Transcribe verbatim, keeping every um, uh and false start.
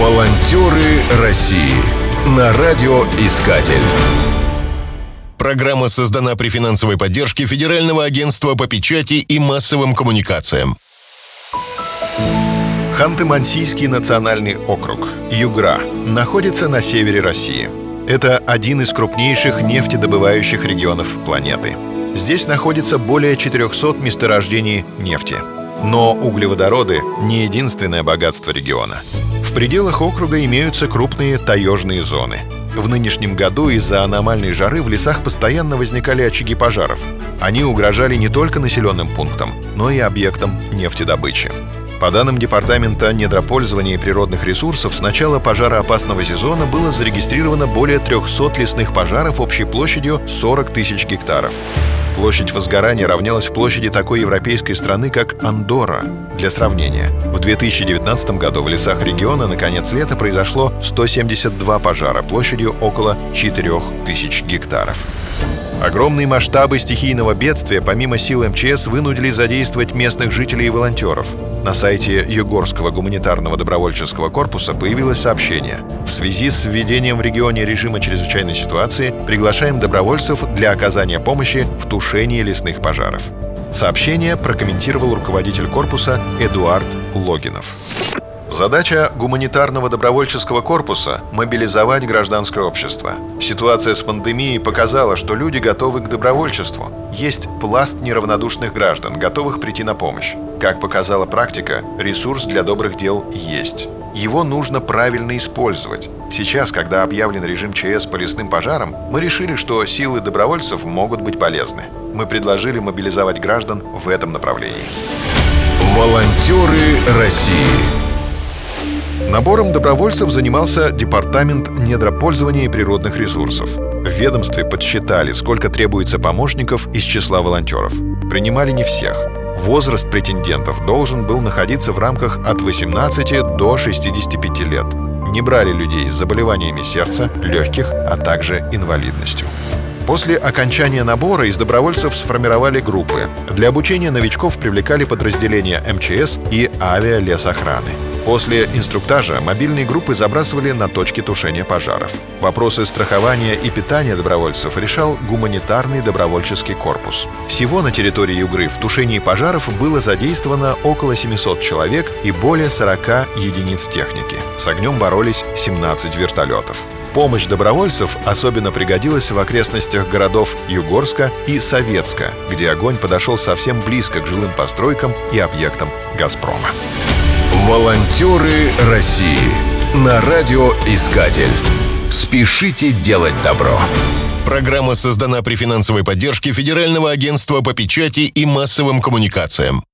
Волонтеры России на радиоискатель. Программа создана при финансовой поддержке Федерального агентства по печати и массовым коммуникациям. Ханты-Мансийский национальный округ, Югра, находится на севере России. Это один из крупнейших нефтедобывающих регионов планеты. Здесь находится более четырехсот месторождений нефти. Но углеводороды — не единственное богатство региона. В пределах округа имеются крупные таежные зоны. В нынешнем году из-за аномальной жары в лесах постоянно возникали очаги пожаров. Они угрожали не только населенным пунктам, но и объектам нефтедобычи. По данным Департамента недропользования и природных ресурсов, с начала пожароопасного сезона было зарегистрировано более трехсот лесных пожаров общей площадью сорок тысяч гектаров. Площадь возгорания равнялась площади такой европейской страны, как Андорра. Для сравнения, в две тысячи девятнадцатом году в лесах региона на конец лета произошло сто семьдесят два пожара площадью около четырёх тысяч гектаров. Огромные масштабы стихийного бедствия помимо сил эм че эс вынудили задействовать местных жителей и волонтеров. На сайте Югорского гуманитарного добровольческого корпуса появилось сообщение: в связи с введением в регионе режима чрезвычайной ситуации приглашаем добровольцев для оказания помощи в тушении лесных пожаров. Сообщение прокомментировал руководитель корпуса Эдуард Логинов. Задача гуманитарного добровольческого корпуса — мобилизовать гражданское общество. Ситуация с пандемией показала, что люди готовы к добровольчеству. Есть пласт неравнодушных граждан, готовых прийти на помощь. Как показала практика, ресурс для добрых дел есть. Его нужно правильно использовать. Сейчас, когда объявлен режим че эс по лесным пожарам, мы решили, что силы добровольцев могут быть полезны. Мы предложили мобилизовать граждан в этом направлении. Волонтеры России. Набором добровольцев занимался Департамент недропользования и природных ресурсов. В ведомстве подсчитали, сколько требуется помощников из числа волонтеров. Принимали не всех. Возраст претендентов должен был находиться в рамках от восемнадцати до шестидесяти пяти лет. Не брали людей с заболеваниями сердца, легких, а также инвалидностью. После окончания набора из добровольцев сформировали группы. Для обучения новичков привлекали подразделения эм че эс и авиалесохраны. После инструктажа мобильные группы забрасывали на точки тушения пожаров. Вопросы страхования и питания добровольцев решал гуманитарный добровольческий корпус. Всего на территории Югры в тушении пожаров было задействовано около семисот человек и более сорока единиц техники. С огнем боролись семнадцать вертолетов. Помощь добровольцев особенно пригодилась в окрестностях городов Югорска и Советска, где огонь подошел совсем близко к жилым постройкам и объектам «Газпрома». Волонтеры России на радиоискатель. Спешите делать добро. Программа создана при финансовой поддержке Федерального агентства по печати и массовым коммуникациям.